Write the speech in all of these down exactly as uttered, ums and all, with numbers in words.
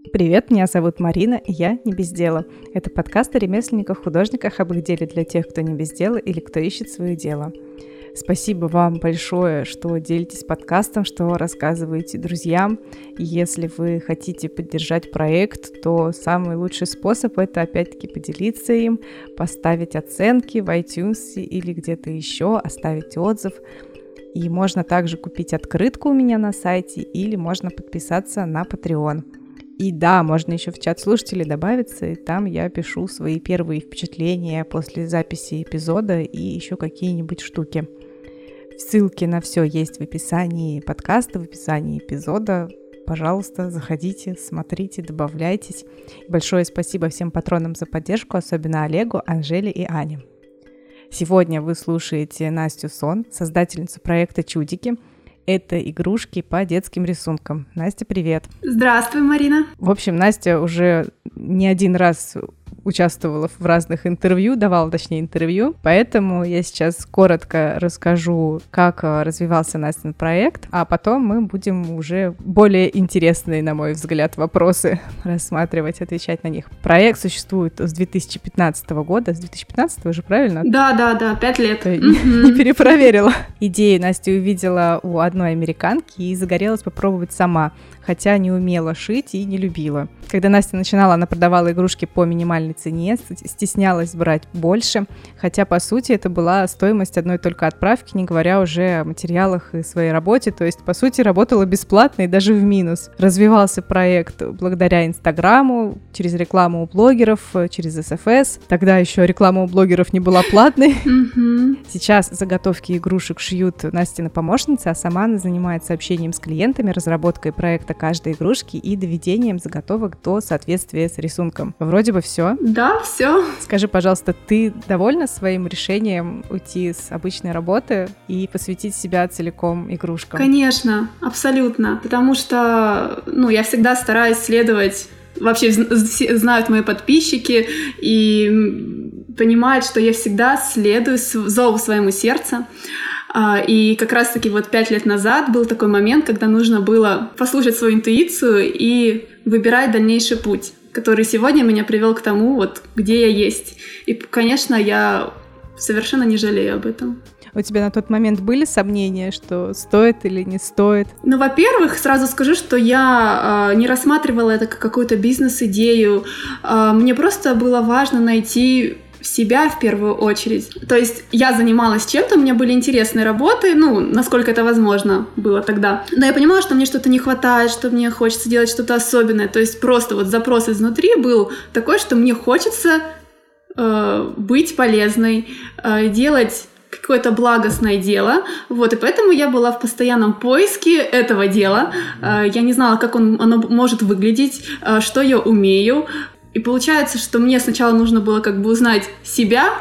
Привет, меня зовут Марина, и я не без дела. Это подкаст о ремесленниках, художниках, об их деле для тех, кто не без дела или кто ищет свое дело. Спасибо вам большое, что делитесь подкастом, что рассказываете друзьям. И если вы хотите поддержать проект, то самый лучший способ — это опять-таки поделиться им, поставить оценки в iTunes или где-то еще, оставить отзыв. И можно также купить открытку у меня на сайте или можно подписаться на Patreon. И да, можно еще в чат слушателей добавиться, и там я пишу свои первые впечатления после записи эпизода и еще какие-нибудь штуки. Ссылки на все есть в описании подкаста, в описании эпизода. Пожалуйста, заходите, смотрите, добавляйтесь. Большое спасибо всем патронам за поддержку, особенно Олегу, Анжеле и Ане. Сегодня вы слушаете Настю Сон, создательницу проекта «Чудики». Это игрушки по детским рисункам. Настя, привет! Здравствуй, Марина! В общем, Настя уже не один раз участвовала в разных интервью, давала, точнее, интервью, поэтому я сейчас коротко расскажу, как развивался Настин проект, а потом мы будем уже более интересные, на мой взгляд, вопросы рассматривать, отвечать на них. Проект существует с две тысячи пятнадцатого года, с две тысячи пятнадцатого же, правильно? Да, да, да, пять лет. Не перепроверила. Идею Настя увидела у одной американки и загорелась попробовать сама, хотя не умела шить и не любила. Когда Настя начинала, она продавала игрушки по минимальной цене, стеснялась брать больше, хотя, по сути, это была стоимость одной только отправки, не говоря уже о материалах и своей работе, то есть, по сути, работала бесплатно и даже в минус. Развивался проект благодаря Инстаграму, через рекламу у блогеров, через эс эф эс. Тогда еще реклама у блогеров не была платной. Сейчас заготовки игрушек шьют Настина помощница, а сама она занимается общением с клиентами, разработкой проекта каждой игрушки и доведением заготовок до соответствия с рисунком. Вроде бы все. Да, все. Скажи, пожалуйста, ты довольна своим решением уйти с обычной работы и посвятить себя целиком игрушкам? Конечно, абсолютно. Потому что, ну, я всегда стараюсь следовать. Вообще знают мои подписчики и понимают, что я всегда следую зову своему сердцу. И как раз-таки вот пять лет назад был такой момент, когда нужно было послушать свою интуицию и выбирать дальнейший путь, который сегодня меня привел к тому, вот, где я есть. И, конечно, я совершенно не жалею об этом. У тебя на тот момент были сомнения, что стоит или не стоит? Ну, во-первых, сразу скажу, что я э, не рассматривала это как какую-то бизнес-идею. Э, мне просто было важно найти себя в первую очередь. То есть я занималась чем-то, у меня были интересные работы, ну, насколько это возможно было тогда. Но я понимала, что мне что-то не хватает, что мне хочется делать что-то особенное. То есть просто вот запрос изнутри был такой, что мне хочется э, быть полезной, э, делать какое-то благостное дело, вот, и поэтому я была в постоянном поиске этого дела. Э, я не знала, как он, оно может выглядеть, э, что я умею. И получается, что мне сначала нужно было как бы узнать себя.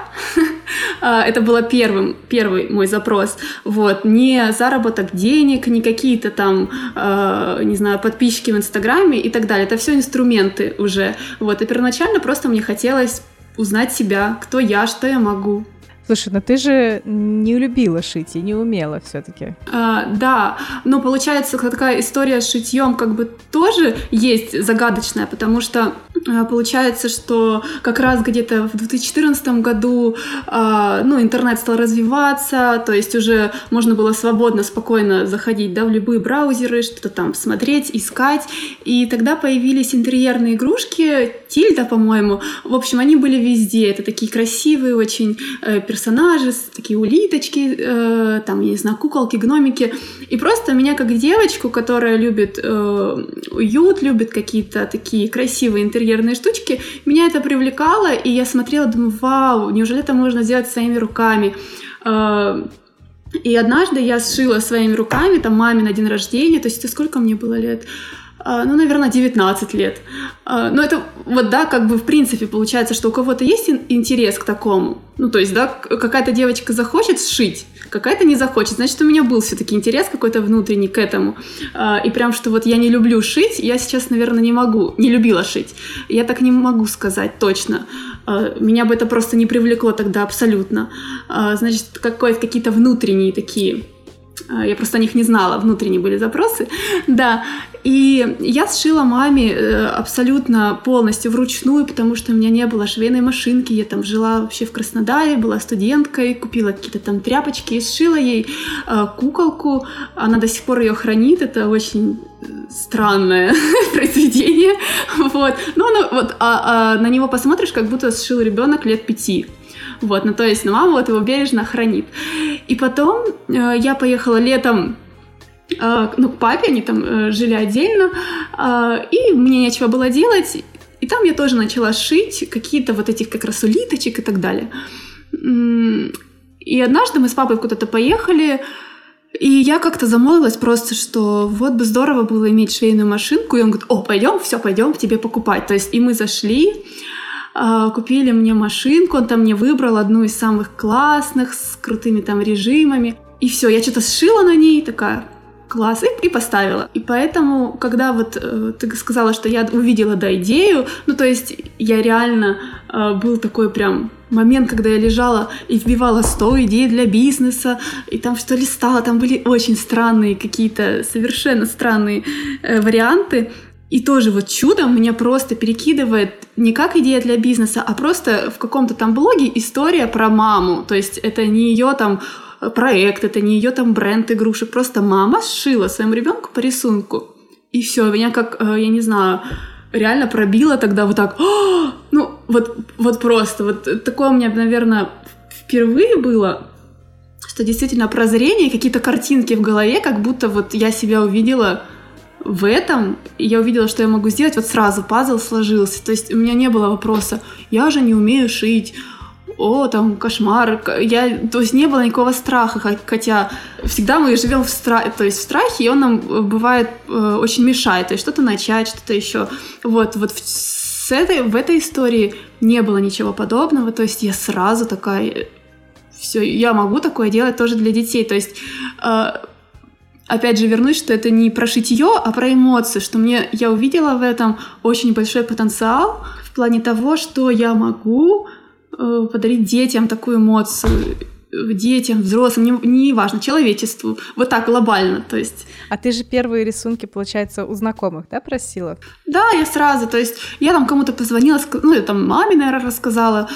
Это было первым, первый мой запрос. Вот. Не заработок денег, не какие-то там, э, не знаю, подписчики в Инстаграме и так далее. Это все инструменты уже. Вот. И первоначально просто мне хотелось узнать себя, кто я, что я могу. Слушай, но ты же не любила шить и не умела все-таки. А, да, но получается, такая история с шитьем как бы тоже есть загадочная, потому что а, получается, что как раз где-то в две тысячи четырнадцатом году а, ну, интернет стал развиваться, то есть уже можно было свободно, спокойно заходить, да, в любые браузеры, что-то там смотреть, искать, и тогда появились интерьерные игрушки, Тильда, по-моему, в общем, они были везде, это такие красивые очень э, персонажи, персонажи, такие улиточки, э, там, я не знаю, куколки, гномики. И просто меня как девочку, которая любит э, уют, любит какие-то такие красивые интерьерные штучки, меня это привлекало, и я смотрела, думаю, вау, неужели это можно сделать своими руками? Э, и однажды я сшила своими руками, там, маме на день рождения, то есть это сколько мне было лет? Ну, наверное, девятнадцать лет. Но это вот, да, как бы в принципе получается, что у кого-то есть интерес к такому. Ну, то есть, да, какая-то девочка захочет сшить, какая-то не захочет. Значит, у меня был все-таки интерес какой-то внутренний к этому. И прям, что вот я не люблю шить, я сейчас, наверное, не могу, не любила шить. Я так не могу сказать точно. Меня бы это просто не привлекло тогда абсолютно. Значит, какие-то внутренние такие Я просто о них не знала, внутренние были запросы. Да, и я сшила маме абсолютно полностью вручную, потому что у меня не было швейной машинки. Я там жила вообще в Краснодаре, была студенткой, купила какие-то там тряпочки и сшила ей куколку. Она до сих пор ее хранит, это очень странное произведение. Вот. Но оно, вот, а, а на него посмотришь, как будто сшил ребенок лет пяти. Вот, ну то есть, ну, мама вот его бережно хранит. И потом э, я поехала летом э, ну, к папе, они там э, жили отдельно, э, и мне нечего было делать, и там я тоже начала шить какие-то вот этих как раз улиточек и так далее. И однажды мы с папой куда-то поехали, и я как-то замолвилась просто, что вот бы здорово было иметь швейную машинку, и он говорит: о, пойдем, все, пойдем к тебе покупать. То есть, и мы зашли, купили мне машинку, он там мне выбрал одну из самых классных, с крутыми там режимами. И все, я что-то сшила на ней, такая, класс, и, и поставила. И поэтому, когда вот э, ты сказала, что я увидела, да, идею, ну, то есть я реально, э, был такой прям момент, когда я лежала и вбивала сто идей для бизнеса, и там что листала, там были очень странные какие-то, совершенно странные э, варианты. И тоже вот чудом меня просто перекидывает не как идея для бизнеса, а просто в каком-то там блоге история про маму. То есть это не ее там проект, это не ее там бренд игрушек. Просто мама сшила своему ребенку по рисунку. И все, меня как, я не знаю, реально пробило тогда вот так. О! Ну, вот, вот просто. Вот такое у меня, наверное, впервые было, что действительно прозрение, какие-то картинки в голове, как будто вот я себя увидела в этом, и я увидела, что я могу сделать, вот сразу пазл сложился. То есть у меня не было вопроса: я же не умею шить, о, там, кошмар. Я, то есть не было никакого страха, хотя всегда мы живем в страхе, то есть в страхе, и он нам бывает э, очень мешает, то есть что-то начать, что-то еще. Вот, вот в, с этой, в этой истории не было ничего подобного, то есть я сразу такая, все, я могу такое делать тоже для детей, то есть э, опять же, вернусь, что это не про шитье, а про эмоции, что мне, я увидела в этом очень большой потенциал в плане того, что я могу э, подарить детям такую эмоцию, детям, взрослым, не, не важно, человечеству, вот так глобально, то есть. А ты же первые рисунки, получается, у знакомых, да, просила? Да, я сразу, то есть я там кому-то позвонила, ну, я там маме, наверное, рассказала,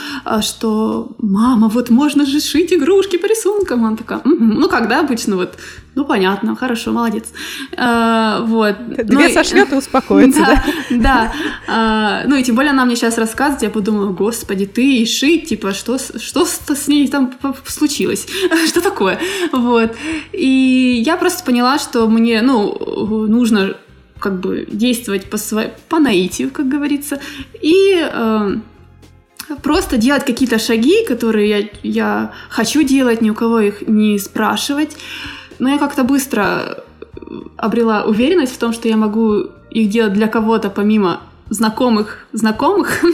что мама, вот можно же шить игрушки по рисункам, она такая, угу. Ну, когда обычно вот, ну, понятно, хорошо, молодец, а, вот. Две ну, сошлёт и успокоится, да? Да, да. А, ну, и тем более она мне сейчас рассказывает, я подумала: господи, ты и шить, типа, что, что с ней там случилось, что такое, вот. И я просто поняла, что мне, ну, нужно как бы действовать по, своей, по наитию, как говорится, и э, просто делать какие-то шаги, которые я, я хочу делать, ни у кого их не спрашивать. Но я как-то быстро обрела уверенность в том, что я могу их делать для кого-то помимо знакомых знакомых,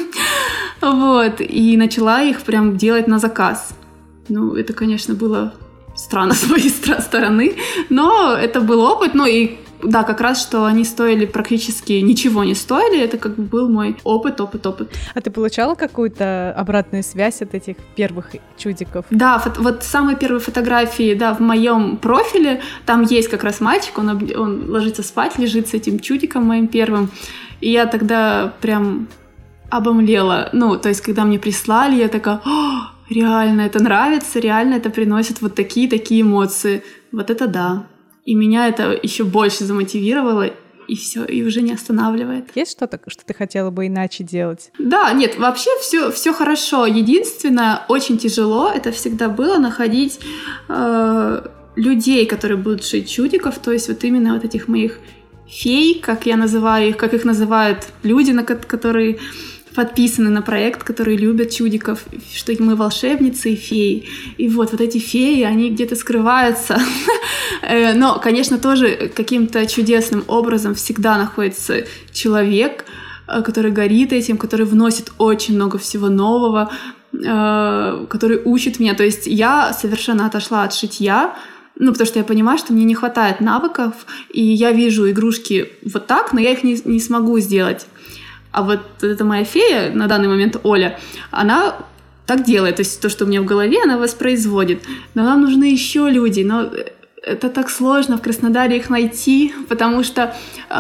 вот, и начала их прям делать на заказ. Ну, это, конечно, было странно с моей стороны, но это был опыт, ну и да, как раз, что они стоили практически ничего не стоили, это как бы был мой опыт, опыт, опыт. А ты получала какую-то обратную связь от этих первых чудиков? Да, фото- вот самые первые фотографии, да, в моем профиле, там есть как раз мальчик, он, об- он ложится спать, лежит с этим чудиком моим первым, и я тогда прям обомлела, ну, то есть, когда мне прислали, я такая: о, реально это нравится, реально это приносит вот такие-такие эмоции, вот это да. И меня это еще больше замотивировало, и все, и уже не останавливает. Есть что-то, что ты хотела бы иначе делать? Да, нет, вообще все, все хорошо. Единственное, очень тяжело, это всегда было находить э, людей, которые будут шить чудиков, то есть вот именно вот этих моих фей, как я называю их, как их называют люди, на которые подписаны на проект, которые любят чудиков, что мы волшебницы и феи. И вот, вот эти феи, они где-то скрываются. Но, конечно, тоже каким-то чудесным образом всегда находится человек, который горит этим, который вносит очень много всего нового, который учит меня. То есть я совершенно отошла от шитья, ну, потому что я понимаю, что мне не хватает навыков, и я вижу игрушки вот так, но я их не, не смогу сделать. А вот эта моя фея, на данный момент Оля, она так делает. То есть то, что у меня в голове, она воспроизводит. Но нам нужны еще люди. Но это так сложно в Краснодаре их найти, потому что,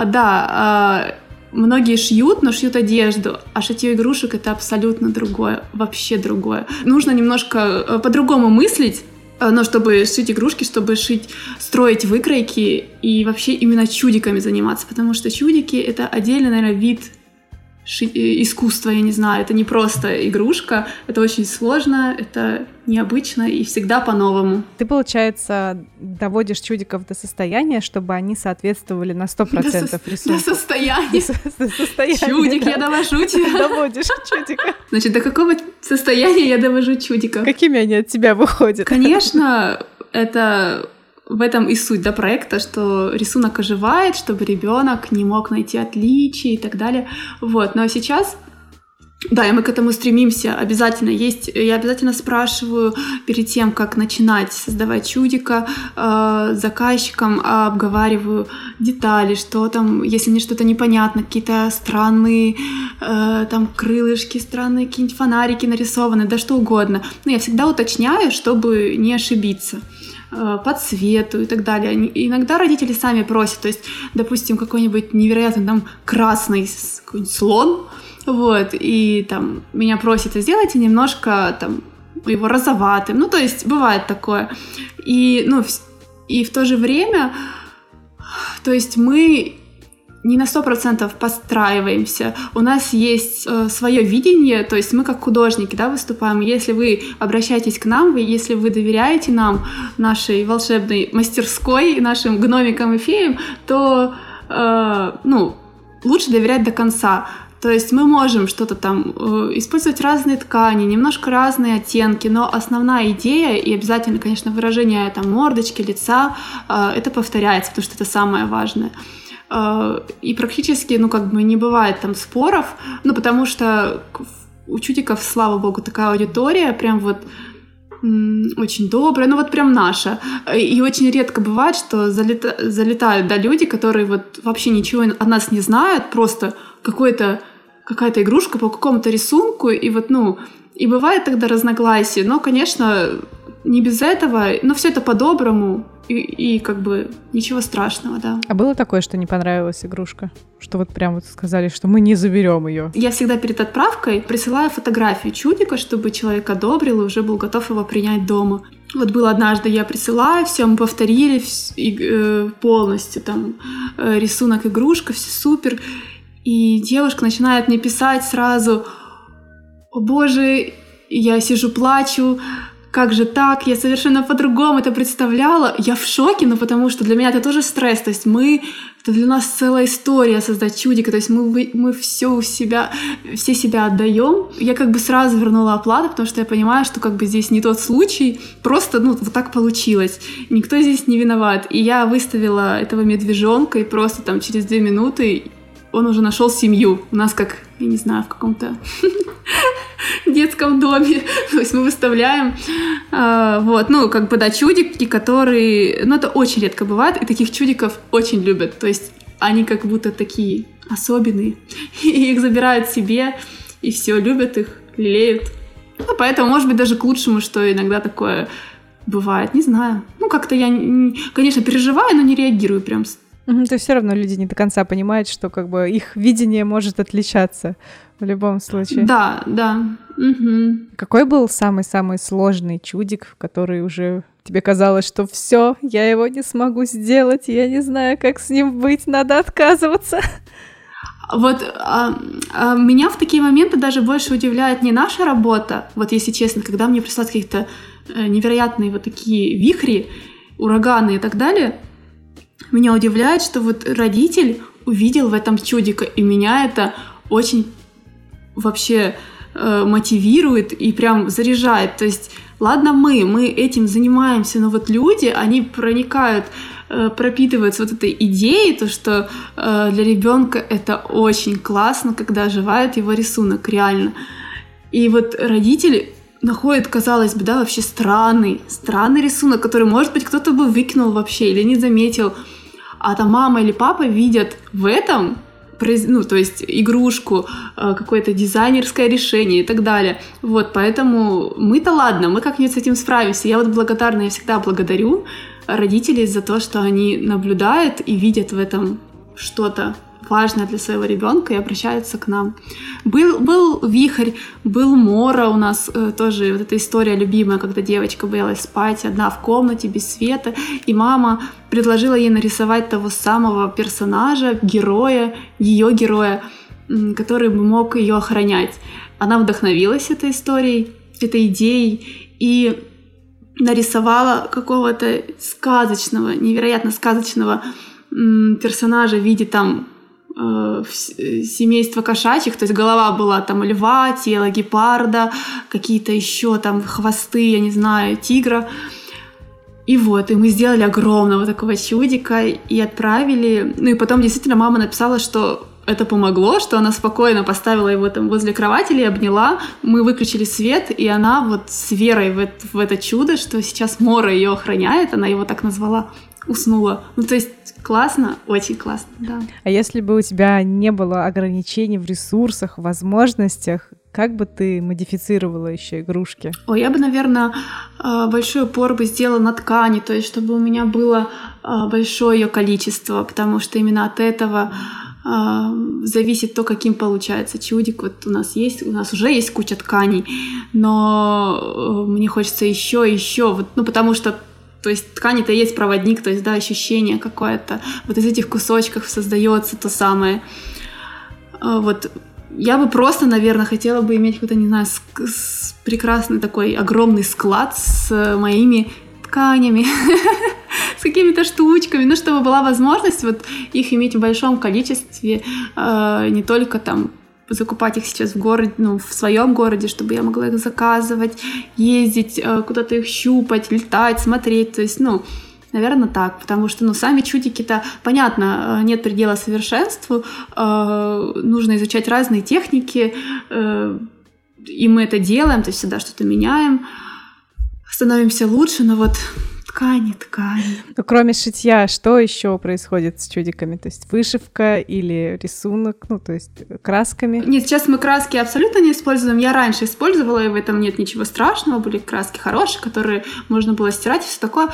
да, многие шьют, но шьют одежду, а шитье игрушек — это абсолютно другое, вообще другое. Нужно немножко по-другому мыслить, но чтобы шить игрушки, чтобы шить, строить выкройки и вообще именно чудиками заниматься, потому что чудики — это отдельный, наверное, вид ши- искусства, я не знаю, это не просто игрушка, это очень сложно, это необычно и всегда по-новому. Ты, получается, доводишь чудиков до состояния, чтобы они соответствовали на сто процентов до рисунку. До состояния. До состояния. Чудик, да. Я довожу тебя. Доводишь чудика. Значит, до какого состояния я довожу чудика? Какими они от тебя выходят? Конечно, это в этом и суть, да, проекта, что рисунок оживает, чтобы ребенок не мог найти отличий и так далее. Вот, но сейчас, да, и мы к этому стремимся. Обязательно есть, я обязательно спрашиваю перед тем, как начинать создавать чудика, э, заказчикам, обговариваю детали, что там, если мне что-то непонятно, какие-то странные э, там крылышки, странные какие-нибудь фонарики нарисованы, да что угодно. Но я всегда уточняю, чтобы не ошибиться по цвету и так далее. Иногда родители сами просят, то есть, допустим, какой-нибудь невероятно там красный какой-нибудь слон, вот, и там меня просят сделать и немножко там его розоватым, ну, то есть, бывает такое. И, ну, и в то же время, то есть, мы не на сто процентов подстраиваемся. У нас есть э, свое видение, то есть мы как художники, да, выступаем. Если вы обращаетесь к нам, вы, если вы доверяете нам, нашей волшебной мастерской, нашим гномикам и феям, то э, ну, лучше доверять до конца. То есть мы можем что-то там э, использовать разные ткани, немножко разные оттенки, но основная идея и обязательно, конечно, выражение там мордочки, лица, э, это повторяется, потому что это самое важное. И практически, ну, как бы не бывает там споров, ну, потому что у чудиков, слава богу, такая аудитория прям вот м- очень добрая, ну, вот прям наша. И очень редко бывает, что залета- залетают, да, люди, которые вот вообще ничего о нас не знают, просто какой-то, какая-то игрушка по какому-то рисунку, и вот, ну, и бывает тогда разногласия, но, конечно, не без этого, но все это по-доброму. И, и как бы ничего страшного, да. А было такое, что не понравилась игрушка? Что вот прям вот сказали, что мы не заберем ее? Я всегда перед отправкой присылаю фотографию чудика, чтобы человек одобрил и уже был готов его принять дома. Вот было однажды, я присылаю, все, мы повторили и, э, полностью, там, э, рисунок, игрушка, все супер. И девушка начинает мне писать сразу: «О боже, я сижу, плачу, как же так? Я совершенно по-другому это представляла». Я в шоке, но потому что для меня это тоже стресс. То есть мы... Это для нас целая история создать чудика. То есть мы, мы все у себя, все себя отдаем. Я как бы сразу вернула оплату, потому что я понимаю, что как бы здесь не тот случай. Просто, ну, вот так получилось. Никто здесь не виноват. И я выставила этого медвежонка, и просто там через две минуты он уже нашел семью. У нас как, я не знаю, в каком-то детском доме. То есть мы выставляем, э, вот, ну, как бы, да, чудики, которые... Ну, это очень редко бывает, и таких чудиков очень любят. То есть они как будто такие особенные. И их забирают себе, и все, любят их, лелеют. Ну, поэтому, может быть, даже к лучшему, что иногда такое бывает. Не знаю. Ну, как-то я, конечно, переживаю, но не реагирую прям. То есть все равно люди не до конца понимают, что как бы их видение может отличаться в любом случае. Да, да. Угу. Какой был самый-самый сложный чудик, который уже тебе казалось, что все, я его не смогу сделать, я не знаю, как с ним быть, надо отказываться? Вот а, а, меня в такие моменты даже больше удивляет не наша работа, вот если честно, когда мне присылают какие-то невероятные вот такие вихри, ураганы и так далее. Меня удивляет, что вот родитель увидел в этом чудика, и меня это очень вообще э, мотивирует и прям заряжает. То есть, ладно, мы, мы этим занимаемся, но вот люди, они проникают, э, пропитываются вот этой идеей, то, что э, для ребенка это очень классно, когда оживает его рисунок, реально. И вот родители находит, казалось бы, да, вообще странный, странный рисунок, который, может быть, кто-то бы выкинул вообще или не заметил. А там мама или папа видят в этом, ну, то есть игрушку, какое-то дизайнерское решение и так далее. Вот, поэтому мы-то ладно, мы как-нибудь с этим справимся. Я вот благодарна, я всегда благодарю родителей за то, что они наблюдают и видят в этом что-то важное для своего ребенка и обращаются к нам. Был, был вихрь, был Мора у нас, э, тоже вот эта история любимая, когда девочка боялась спать одна в комнате без света, и мама предложила ей нарисовать того самого персонажа, героя, ее героя, м, который бы мог ее охранять. Она вдохновилась этой историей, этой идеей и нарисовала какого-то сказочного, невероятно сказочного м, персонажа в виде там семейства кошачьих, то есть голова была там льва, тело гепарда, какие-то еще там хвосты, я не знаю, тигра. И вот, и мы сделали огромного такого чудика и отправили. Ну и потом действительно мама написала, что это помогло, что она спокойно поставила его там возле кровати и обняла. Мы выключили свет, и она вот с верой в это, в это чудо, что сейчас Мора ее охраняет, она его так назвала, уснула. Ну то есть классно, очень классно, да. А если бы у тебя не было ограничений в ресурсах, в возможностях, как бы ты модифицировала еще игрушки? Ой, я бы, наверное, большой упор бы сделала на ткани, то есть чтобы у меня было большое ее количество, потому что именно от этого зависит то, каким получается чудик. Вот у нас есть, у нас уже есть куча тканей, но мне хочется еще, еще, вот, ну потому что то есть ткань — это и есть проводник, то есть, да, ощущение какое-то. Вот из этих кусочков создается то самое. Вот я бы просто, наверное, хотела бы иметь какой-то, не знаю, с- с прекрасный такой огромный склад с моими тканями, с какими-то штучками, ну, чтобы была возможность вот их иметь в большом количестве, не только там закупать их сейчас в городе, ну, в своем городе, чтобы я могла их заказывать, ездить, куда-то их щупать, летать, смотреть, то есть, ну, наверное, так, потому что, ну, сами чудики-то, понятно, нет предела совершенству, нужно изучать разные техники, и мы это делаем, то есть всегда что-то меняем, становимся лучше, но вот ткани, ткани. Ну, кроме шитья, что еще происходит с чудиками? То есть вышивка или рисунок, ну, то есть красками? Нет, сейчас мы краски абсолютно не используем. Я раньше использовала, и в этом нет ничего страшного. Были краски хорошие, которые можно было стирать и все такое.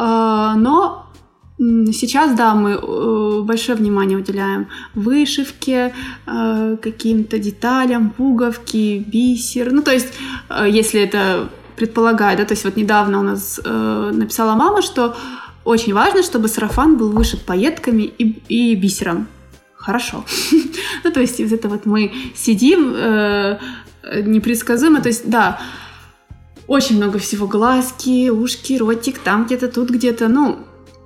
Но сейчас, да, мы большое внимание уделяем вышивке, каким-то деталям, пуговки, бисер. Ну, то есть, если это предполагаю, да, то есть вот недавно у нас э, написала мама, что очень важно, чтобы сарафан был вышит пайетками и, и бисером. Хорошо. Ну, то есть из этого вот мы сидим э, непредсказуемо, то есть, да, очень много всего, глазки, ушки, ротик, там где-то, тут где-то, ну,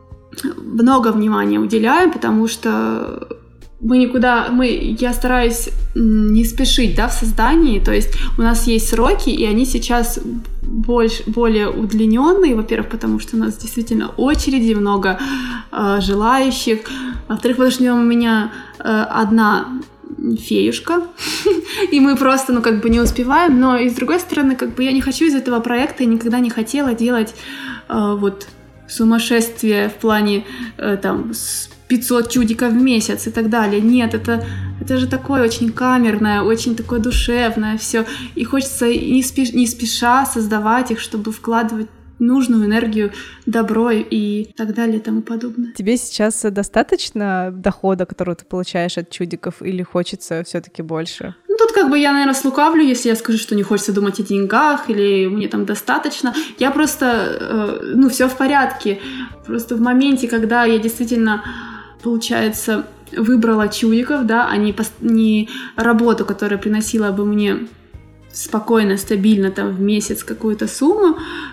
много внимания уделяем, потому что мы никуда, мы, я стараюсь не спешить, да, в создании, то есть у нас есть сроки, и они сейчас больше, более удлиненные, во-первых, потому что у нас действительно очереди, много э, желающих, во-вторых, потому что у меня э, одна феюшка, и мы просто, ну, как бы не успеваем, но и с другой стороны, как бы я не хочу из этого проекта, я никогда не хотела делать э, вот сумасшествие в плане э, там пятьсот чудиков в месяц и так далее. Нет, это, это же такое очень камерное, очень такое душевное все. И хочется не, спеш, не спеша создавать их, чтобы вкладывать нужную энергию, добро и так далее и тому подобное. Тебе сейчас достаточно дохода, который ты получаешь от чудиков, или хочется все-таки больше? Ну, тут как бы я, наверное, слукавлю, если я скажу, что не хочется думать о деньгах или мне там достаточно. Я просто, э, ну, все в порядке. Просто в моменте, когда я действительно, получается, выбрала чудиков, да, а не, пост- не работу, которая приносила бы мне спокойно, стабильно там в месяц какую-то сумму,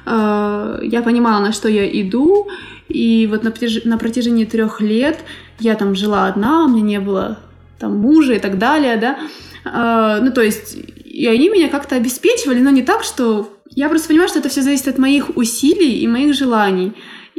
э, я понимала, на что я иду, и вот на, протяж... на протяжении трех лет я там жила одна, у меня не было там мужа и так далее, да, э, ну то есть и они меня как-то обеспечивали, но не так, что я просто понимаю, что это все зависит от моих усилий и моих желаний,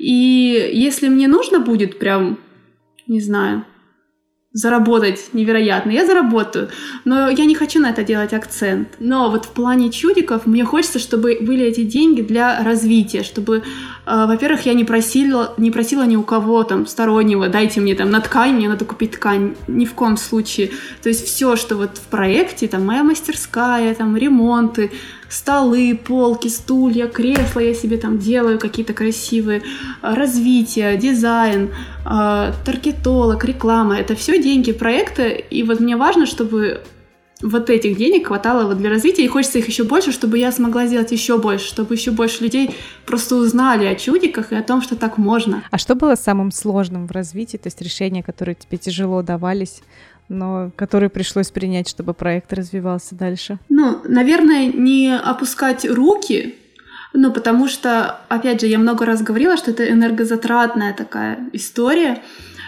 и если мне нужно будет прям, не знаю, заработать невероятно, я заработаю, но я не хочу на это делать акцент. Но вот в плане чудиков мне хочется, чтобы были эти деньги для развития, чтобы, э, во-первых, я не просила, не просила ни у кого там стороннего, дайте мне там на ткань, мне надо купить ткань, ни в коем случае. То есть все, что вот в проекте, там моя мастерская, там ремонты, столы, полки, стулья, кресла я себе там делаю, какие-то красивые, развитие, дизайн, таргетолог, реклама. Это все деньги проекта, и вот мне важно, чтобы вот этих денег хватало вот для развития, и хочется их еще больше, чтобы я смогла сделать еще больше, чтобы еще больше людей просто узнали о чудиках и о том, что так можно. А что было самым сложным в развитии, то есть решения, которые тебе тяжело давались, но которые пришлось принять, чтобы проект развивался дальше? Ну, наверное, не опускать руки, ну, потому что, опять же, я много раз говорила, что это энергозатратная такая история,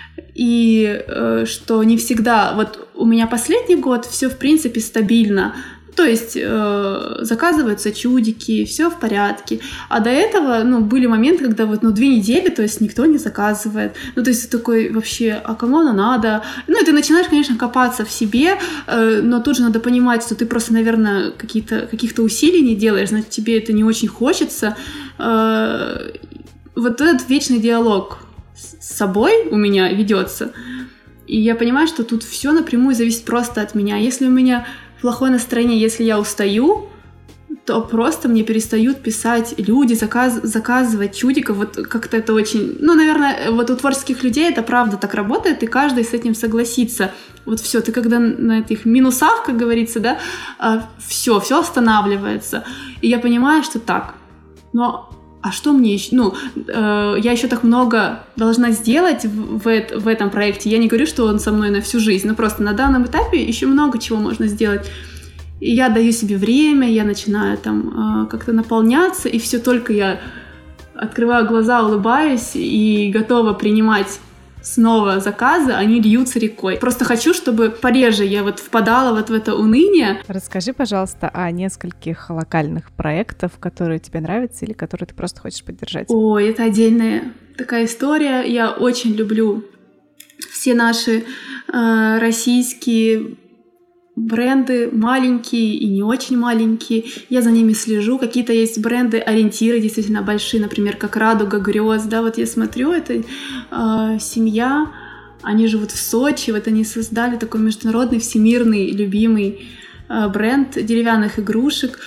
и э, что не всегда, вот у меня последний год все в принципе стабильно, то есть э, заказываются чудики, все в порядке, а до этого, ну, были моменты, когда вот, ну, две недели, то есть никто не заказывает, ну, то есть ты такой вообще, а кому оно надо? Ну, и ты начинаешь, конечно, копаться в себе, э, но тут же надо понимать, что ты просто, наверное, какие-то, каких-то усилий не делаешь, значит, тебе это не очень хочется, э, вот этот вечный диалог с собой у меня ведется. И я понимаю, что тут все напрямую зависит просто от меня. Если у меня плохое настроение, если я устаю, то просто мне перестают писать люди, заказ, заказывать чудиков. Вот как-то это очень... Ну, наверное, вот у творческих людей это правда так работает, и каждый с этим согласится. Вот все, ты когда на этих минусах, как говорится, да, все, все останавливается. И я понимаю, что так. Но а что мне еще? Ну, э, я еще так много должна сделать в, в, в этом проекте. Я не говорю, что он со мной на всю жизнь, но просто на данном этапе еще много чего можно сделать. И я даю себе время, я начинаю там э, как-то наполняться, и все только я открываю глаза, улыбаюсь и готова принимать снова заказы, они льются рекой. Просто хочу, чтобы пореже я вот впадала вот в это уныние. Расскажи, пожалуйста, о нескольких локальных проектах, которые тебе нравятся или которые ты просто хочешь поддержать. Ой, это отдельная такая история. Я очень люблю все наши э, российские бренды, маленькие и не очень маленькие. Я за ними слежу. Какие-то есть бренды, ориентиры действительно большие, например, как «Радуга грез». Да, вот я смотрю, это э, семья, они живут в Сочи, вот они создали такой международный, всемирный, любимый э, бренд деревянных игрушек.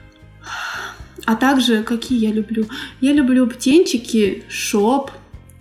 А также, какие я люблю? Я люблю птенчики, шоп.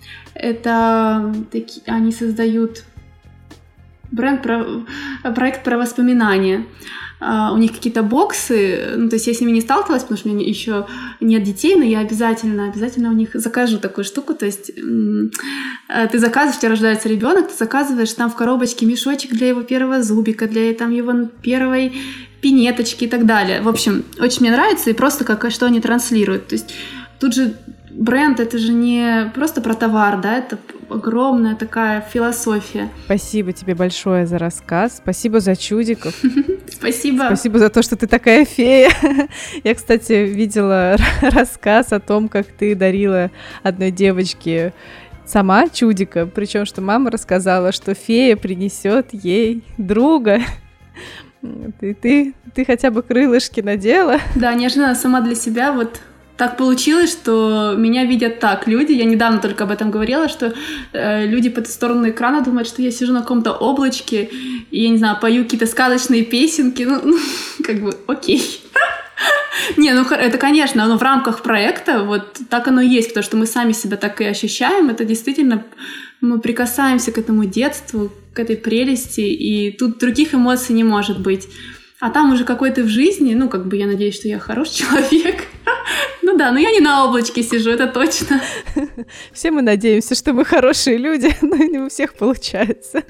Это такие, они создают бренд, про, проект про воспоминания. Uh, у них какие-то боксы, ну, то есть я с ними не сталкивалась, потому что у меня еще нет детей, но я обязательно, обязательно у них закажу такую штуку, то есть м- ты заказываешь, у тебя рождается ребенок, ты заказываешь там в коробочке мешочек для его первого зубика, для там его первой пинеточки и так далее. В общем, очень мне нравится, и просто как, что они транслируют. То есть тут же бренд — это же не просто про товар, да, это огромная такая философия. Спасибо тебе большое за рассказ, спасибо за чудиков. Спасибо. Спасибо за то, что ты такая фея. Я, кстати, видела рассказ о том, как ты дарила одной девочке сама чудика, причем что мама рассказала, что фея принесет ей друга. Ты, ты, ты хотя бы крылышки надела. Да, неожиданно сама для себя вот так получилось, что меня видят так люди. Я недавно только об этом говорила, что э, люди по ту сторону экрана думают, что я сижу на каком-то облачке и, я не знаю, пою какие-то сказочные песенки. Ну, ну как бы, окей. Не, ну это, конечно, оно в рамках проекта, вот так оно и есть, потому что мы сами себя так и ощущаем. Это действительно, мы прикасаемся к этому детству, к этой прелести, и тут других эмоций не может быть. А там уже какой ты в жизни, ну, как бы я надеюсь, что я хороший человек. Ну да, но я не на облачке сижу, это точно. Все мы надеемся, что мы хорошие люди, но не у всех получается.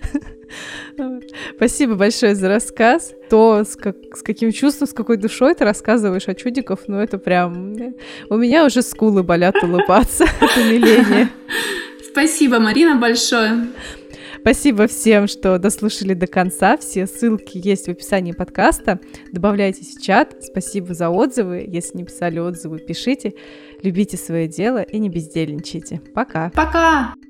Спасибо большое за рассказ. То, с, как, с каким чувством, с какой душой ты рассказываешь о чудиках, ну это прям... У меня уже скулы болят улыбаться от умиления. Спасибо, Марина, большое. Спасибо всем, что дослушали до конца. Все ссылки есть в описании подкаста. Добавляйтесь в чат. Спасибо за отзывы. Если не писали отзывы, пишите. Любите свое дело и не бездельничайте. Пока. Пока.